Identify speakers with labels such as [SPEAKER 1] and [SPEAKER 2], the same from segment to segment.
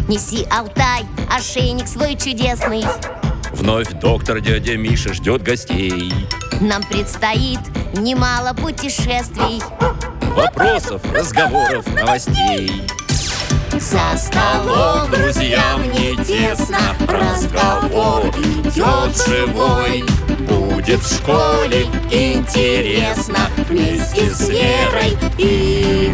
[SPEAKER 1] Неси, Алтай, ошейник свой чудесный.
[SPEAKER 2] Вновь доктор дядя Миша ждет гостей.
[SPEAKER 1] Нам предстоит немало путешествий,
[SPEAKER 2] Вопросов, разговоров, новостей.
[SPEAKER 1] за столом
[SPEAKER 2] Друзьям не тесно, разговор идет живой. Будет в школе интересно вместе с Верой и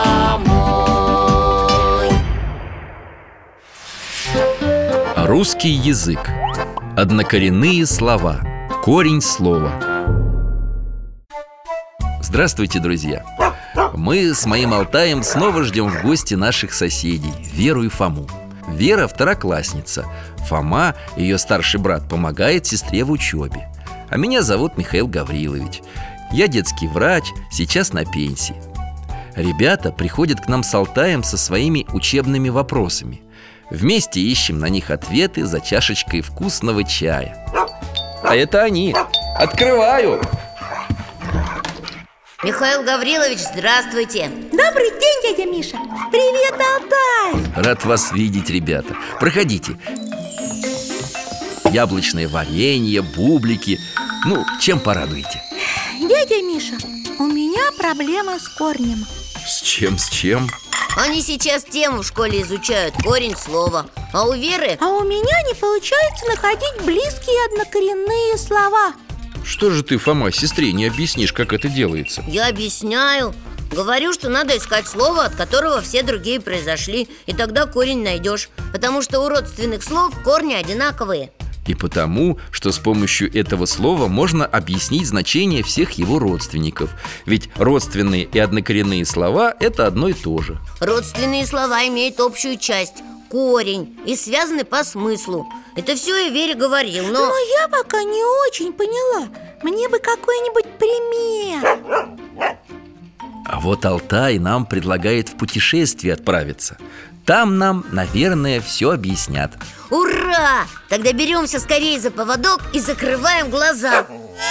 [SPEAKER 2] Фомой.
[SPEAKER 3] Русский язык. Однокоренные слова. Корень слова. Здравствуйте, друзья! Мы с моим Алтаем снова ждем в гости наших соседей, Веру и Фому. Вера второклассница, Фома, ее старший брат, помогает сестре в учебе. А меня зовут Михаил Гаврилович. Я детский врач, сейчас на пенсии. Ребята приходят к нам с Алтаем со своими учебными вопросами. Вместе ищем на них ответы за чашечкой вкусного чая. А это они. Открываю.
[SPEAKER 1] Михаил Гаврилович, здравствуйте.
[SPEAKER 4] Добрый день, дядя Миша. Привет, Алтай.
[SPEAKER 3] Рад вас видеть, ребята. Проходите. Яблочное варенье, бублики. Ну, чем порадуете?
[SPEAKER 4] Дядя Миша, у меня проблема с корнем.
[SPEAKER 3] С чем?
[SPEAKER 1] Они сейчас тему в школе изучают, корень слова. А у Веры...
[SPEAKER 4] А у меня не получается находить близкие однокоренные слова.
[SPEAKER 3] Что же ты, Фома, сестре не объяснишь, как это делается?
[SPEAKER 1] Я объясняю. Говорю, что надо искать слово, от которого все другие произошли, и тогда корень найдешь. Потому что у родственных слов корни одинаковые.
[SPEAKER 3] И потому, что с помощью этого слова можно объяснить значение всех его родственников. Ведь родственные и однокоренные слова – это одно и то же.
[SPEAKER 1] Родственные слова имеют общую часть – корень, и связаны по смыслу. Это все я Вере говорил, но
[SPEAKER 4] я пока не очень поняла. Мне бы какой-нибудь пример.
[SPEAKER 3] А вот Алтай нам предлагает в путешествие отправиться. Там нам, наверное, все объяснят.
[SPEAKER 1] Ура! Тогда беремся скорее за поводок и закрываем глаза.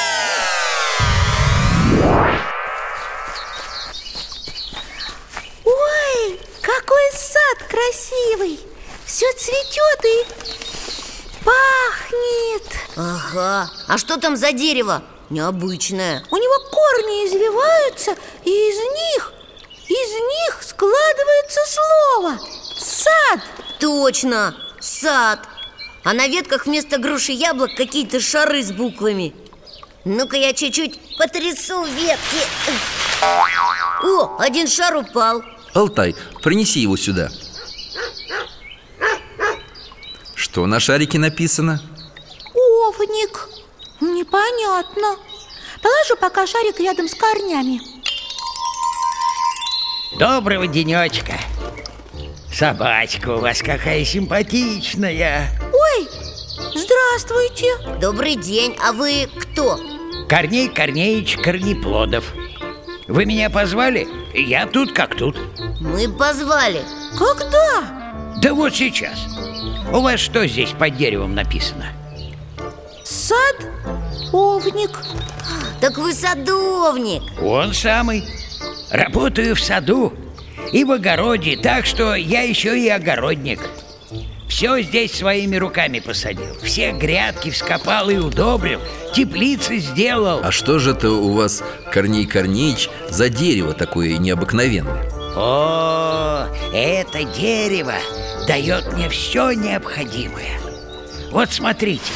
[SPEAKER 4] Ой, какой сад красивый. Все цветет и пахнет.
[SPEAKER 1] Ага, а что там за дерево? Необычное.
[SPEAKER 4] У него корни извиваются, и из них складывается слово. Сад.
[SPEAKER 1] Точно, сад. А на ветках вместо груши яблок какие-то шары с буквами. Ну-ка я чуть-чуть потрясу ветки. О, один шар упал.
[SPEAKER 3] Алтай, принеси его сюда. Что на шарике написано?
[SPEAKER 4] Овник. Непонятно. Положу пока шарик рядом с корнями.
[SPEAKER 5] Доброго денечка. Собачка у вас какая симпатичная.
[SPEAKER 4] Ой, здравствуйте.
[SPEAKER 1] Добрый день, а вы кто?
[SPEAKER 5] Корней Корнеич Корнеплодов. Вы меня позвали? Я тут как тут.
[SPEAKER 1] Мы позвали.
[SPEAKER 4] Когда?
[SPEAKER 5] Да вот сейчас. У вас что здесь под деревом написано?
[SPEAKER 4] Сад, овник.
[SPEAKER 1] Так вы садовник.
[SPEAKER 5] Он самый. Работаю в саду и в огороде, так что я еще и огородник. Все здесь своими руками посадил. Все грядки вскопал и удобрил, теплицы сделал.
[SPEAKER 3] А что же это у вас, Корней Корнеич, за дерево такое необыкновенное?
[SPEAKER 5] О, это дерево дает мне все необходимое. Вот смотрите.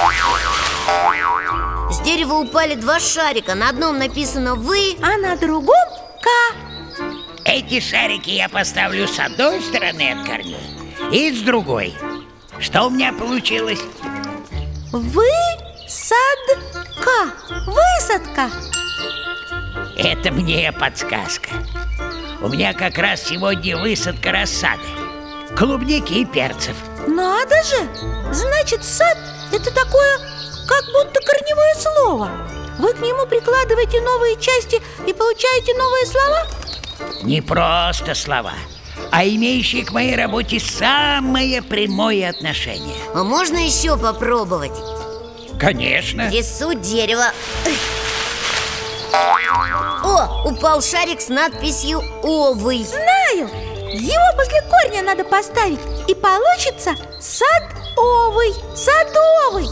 [SPEAKER 1] С дерева упали два шарика. На одном написано «Вы»,
[SPEAKER 4] А на другом К.
[SPEAKER 5] Эти шарики я поставлю с одной стороны от корней и с другой. Что у меня получилось?
[SPEAKER 4] Высадка. Высадка.
[SPEAKER 5] Это мне подсказка. У меня как раз сегодня высадка рассады, клубники и перцев.
[SPEAKER 4] Надо же. Значит, сад – это такое, как будто корневое слово. Вы к нему прикладываете новые части и получаете новые слова?
[SPEAKER 5] Не просто слова, а имеющие к моей работе самое прямое отношение.
[SPEAKER 1] А можно еще попробовать?
[SPEAKER 5] Конечно.
[SPEAKER 1] Трясу дерево. О, упал шарик с надписью «Овый».
[SPEAKER 4] Знаю. Его после корня надо поставить, и получится садовый. Садовый.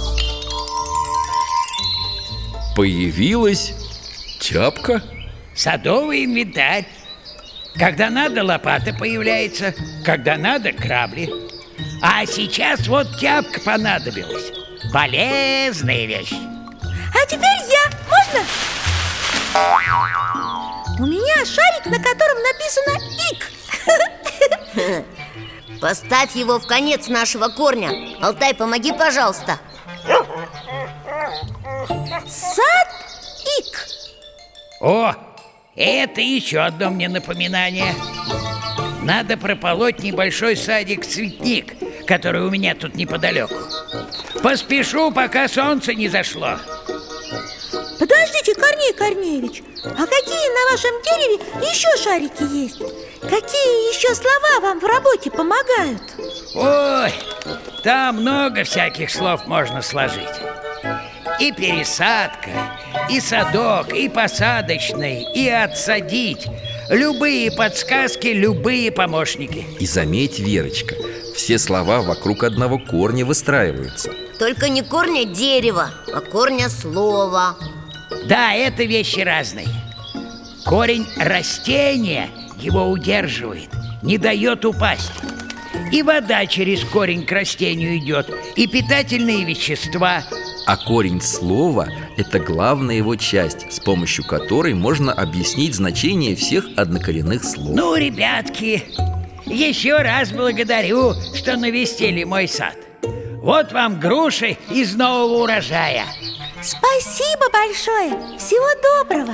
[SPEAKER 3] Появилась тяпка.
[SPEAKER 5] Садовый инвентарь. Когда надо, лопата появляется, когда надо, грабли. А сейчас вот тяпка понадобилась. Полезная вещь.
[SPEAKER 4] А теперь я. Можно? У меня шарик, на котором написано «ик».
[SPEAKER 1] Поставь его в конец нашего корня. Алтай, помоги, пожалуйста.
[SPEAKER 4] Сад-ик.
[SPEAKER 5] О, это еще одно мне напоминание. Надо прополоть небольшой садик-цветник, который у меня тут неподалеку. Поспешу, пока солнце не зашло.
[SPEAKER 4] Подождите, Корней Корнеевич, а какие на вашем дереве еще шарики есть? Какие еще слова вам в работе помогают?
[SPEAKER 5] Ой, там много всяких слов можно сложить. И пересадка, и садок, и посадочный, и отсадить. Любые подсказки, любые помощники.
[SPEAKER 3] И заметь, Верочка, все слова вокруг одного корня выстраиваются.
[SPEAKER 1] Только не корня дерева, а корня слова.
[SPEAKER 5] Да, это вещи разные. Корень растения его удерживает, не дает упасть. И вода через корень к растению идет, и питательные вещества.
[SPEAKER 3] А корень слова – это главная его часть, с помощью которой можно объяснить значение всех однокоренных слов.
[SPEAKER 5] Ну, ребятки, еще раз благодарю, что навестили мой сад. Вот вам груши из нового урожая.
[SPEAKER 4] Спасибо большое. Всего доброго.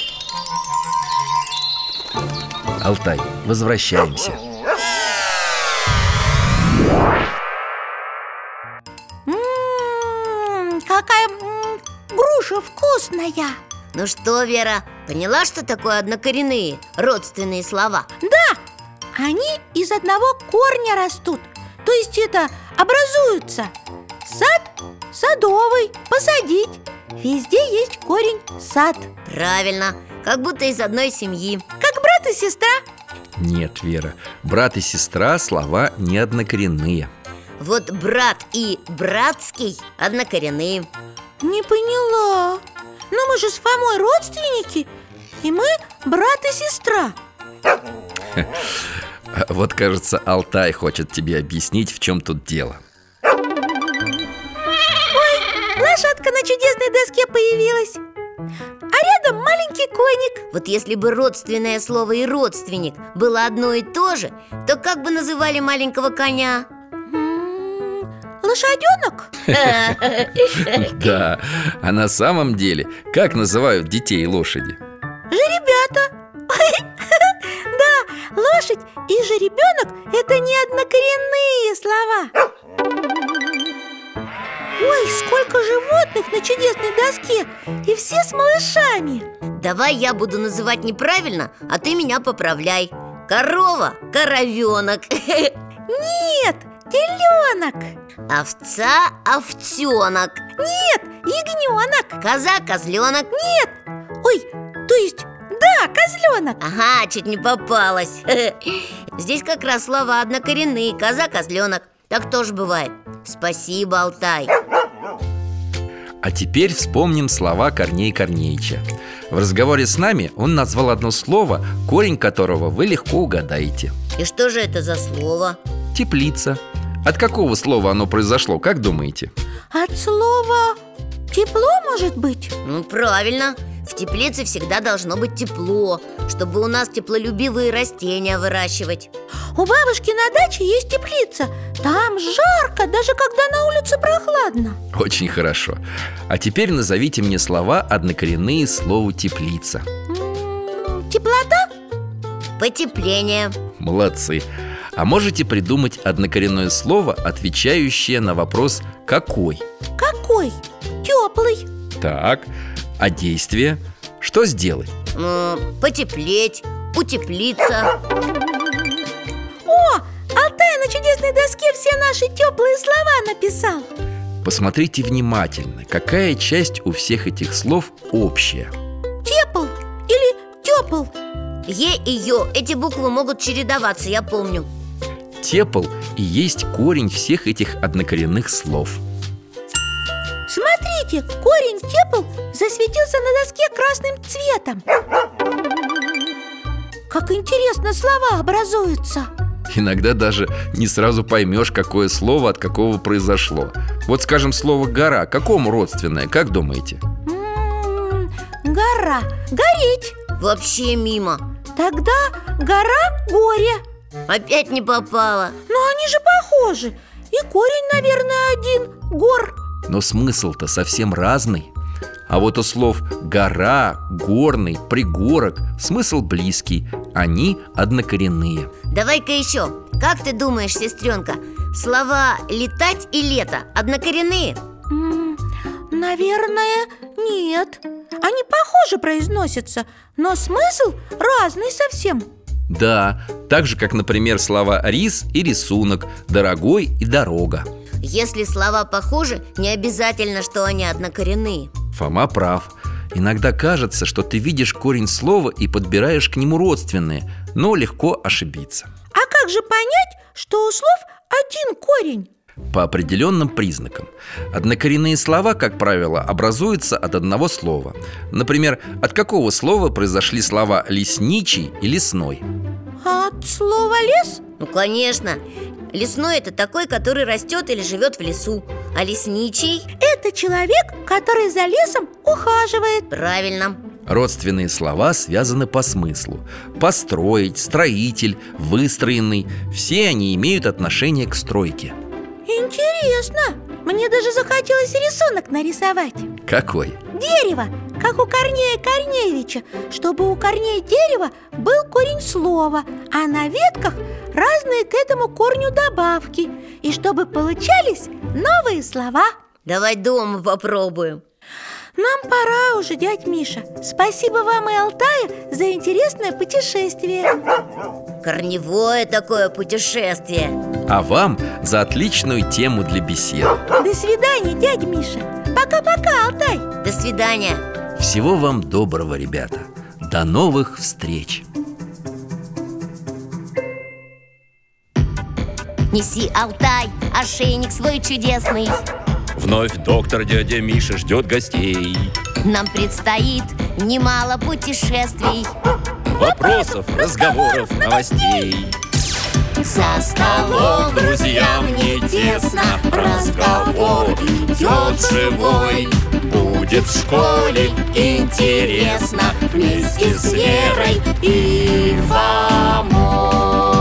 [SPEAKER 3] Алтай, возвращаемся.
[SPEAKER 4] Какая груша вкусная.
[SPEAKER 1] Ну что, Вера, поняла, что такое однокоренные, родственные слова?
[SPEAKER 4] Да, они из одного корня растут. То есть это образуются. Сад – садовый, посадить. Везде есть корень сад.
[SPEAKER 1] Правильно, как будто из одной семьи.
[SPEAKER 4] Как брат и сестра.
[SPEAKER 3] Нет, Вера, брат и сестра – слова не однокоренные.
[SPEAKER 1] Вот брат и братский однокоренные.
[SPEAKER 4] Не поняла. Но мы же с Фомой родственники, и мы брат и сестра.
[SPEAKER 3] Вот, кажется, Алтай хочет тебе объяснить, в чем тут дело.
[SPEAKER 4] Лошадка на чудесной доске появилась, а рядом маленький коник.
[SPEAKER 1] Вот если бы родственное слово и родственник было одно и то же, то как бы называли маленького коня?
[SPEAKER 4] Лошаденок?
[SPEAKER 3] Да, а на самом деле, как называют детей лошади?
[SPEAKER 4] Жеребята. Да, лошадь и жеребенок – это не однокоренные слова. Ой, сколько животных на чудесной доске, и все с малышами.
[SPEAKER 1] Давай я буду называть неправильно, а ты меня поправляй. Корова – коровенок.
[SPEAKER 4] Нет, теленок.
[SPEAKER 1] Овца – овценок.
[SPEAKER 4] Нет, ягненок.
[SPEAKER 1] Коза – козленок.
[SPEAKER 4] Нет, ой, то есть, да, козленок.
[SPEAKER 1] Ага, чуть не попалась. Здесь как раз слова однокоренные. Коза – козленок. Так тоже бывает. Спасибо, Алтай.
[SPEAKER 3] А теперь вспомним слова Корнея Корнеевича. В разговоре с нами он назвал одно слово, корень которого вы легко угадаете.
[SPEAKER 1] И что же это за слово?
[SPEAKER 3] Теплица. От какого слова оно произошло, как думаете?
[SPEAKER 4] От слова тепло, может быть?
[SPEAKER 1] Ну, правильно. В теплице всегда должно быть тепло, чтобы у нас теплолюбивые растения выращивать.
[SPEAKER 4] У бабушки на даче есть теплица. Там жарко, даже когда на улице прохладно.
[SPEAKER 3] Очень хорошо. А теперь назовите мне слова, однокоренные слову теплица.
[SPEAKER 4] Теплота?
[SPEAKER 1] Потепление.
[SPEAKER 3] Молодцы. А можете придумать однокоренное слово, отвечающее на вопрос «какой»?
[SPEAKER 4] Какой? Теплый.
[SPEAKER 3] Так, а действие? Что сделать?
[SPEAKER 1] Потеплеть, утеплиться.
[SPEAKER 4] О, Алтай на чудесной доске все наши теплые слова написал.
[SPEAKER 3] Посмотрите внимательно, какая часть у всех этих слов общая.
[SPEAKER 4] Тепл или тепл?
[SPEAKER 1] Е и Ё, эти буквы могут чередоваться, я помню.
[SPEAKER 3] Тепл и есть корень всех этих однокоренных слов.
[SPEAKER 4] Смотрите, корень тепл засветился на доске красным цветом. Как интересно слова образуются.
[SPEAKER 3] Иногда даже не сразу поймешь, какое слово от какого произошло. Вот, скажем, слово «гора» какому родственное, как думаете?
[SPEAKER 4] Гора. Гореть.
[SPEAKER 1] Вообще мимо.
[SPEAKER 4] Тогда гора горе.
[SPEAKER 1] Опять не попало.
[SPEAKER 4] Но они же похожи. И корень, наверное, один. Гор.
[SPEAKER 3] Но смысл-то совсем разный. А вот у слов «гора», «горный», «пригорок» смысл близкий. Они однокоренные.
[SPEAKER 1] Давай-ка еще. Как ты думаешь, сестренка, слова «летать» и «лето» однокоренные?
[SPEAKER 4] Наверное, нет. Они похоже произносятся, но смысл разный совсем.
[SPEAKER 3] Да, так же, как, например, слова «рис» и «рисунок», «дорогой» и «дорога».
[SPEAKER 1] Если слова похожи, не обязательно, что они однокоренные.
[SPEAKER 3] Фома прав. Иногда кажется, что ты видишь корень слова и подбираешь к нему родственные, но легко ошибиться.
[SPEAKER 4] А как же понять, что у слов один корень?
[SPEAKER 3] По определенным признакам. Однокоренные слова, как правило, образуются от одного слова. Например, от какого слова произошли слова «лесничий» и «лесной»?
[SPEAKER 4] От слова лес?
[SPEAKER 1] Ну, конечно. Лесной – это такой, который растет или живет в лесу. А лесничий?
[SPEAKER 4] Это человек, который за лесом ухаживает.
[SPEAKER 1] Правильно.
[SPEAKER 3] Родственные слова связаны по смыслу. Построить, строитель, выстроенный – все они имеют отношение к стройке.
[SPEAKER 4] Интересно. Мне даже захотелось рисунок нарисовать.
[SPEAKER 3] Какой?
[SPEAKER 4] Дерево, как у Корнея Корнеевича. Чтобы у корней дерева был корень слова, а на ветках разные к этому корню добавки. И чтобы получались новые слова.
[SPEAKER 1] Давай дома попробуем.
[SPEAKER 4] Нам пора уже, дядь Миша. Спасибо вам и Алтаю за интересное путешествие.
[SPEAKER 1] Корневое такое путешествие.
[SPEAKER 3] А вам за отличную тему для беседы.
[SPEAKER 4] До свидания, дядя Миша. Пока-пока, Алтай.
[SPEAKER 1] До свидания.
[SPEAKER 3] Всего вам доброго, ребята. До новых встреч.
[SPEAKER 6] Неси, Алтай, ошейник свой чудесный.
[SPEAKER 2] Вновь доктор дядя Миша ждет гостей.
[SPEAKER 6] Нам предстоит немало путешествий.
[SPEAKER 2] Вопросов, разговоров, новостей.
[SPEAKER 6] За столом
[SPEAKER 2] Друзьям не тесно, разговор идет живой. Будет в школе интересно вместе с Верой и Фомой.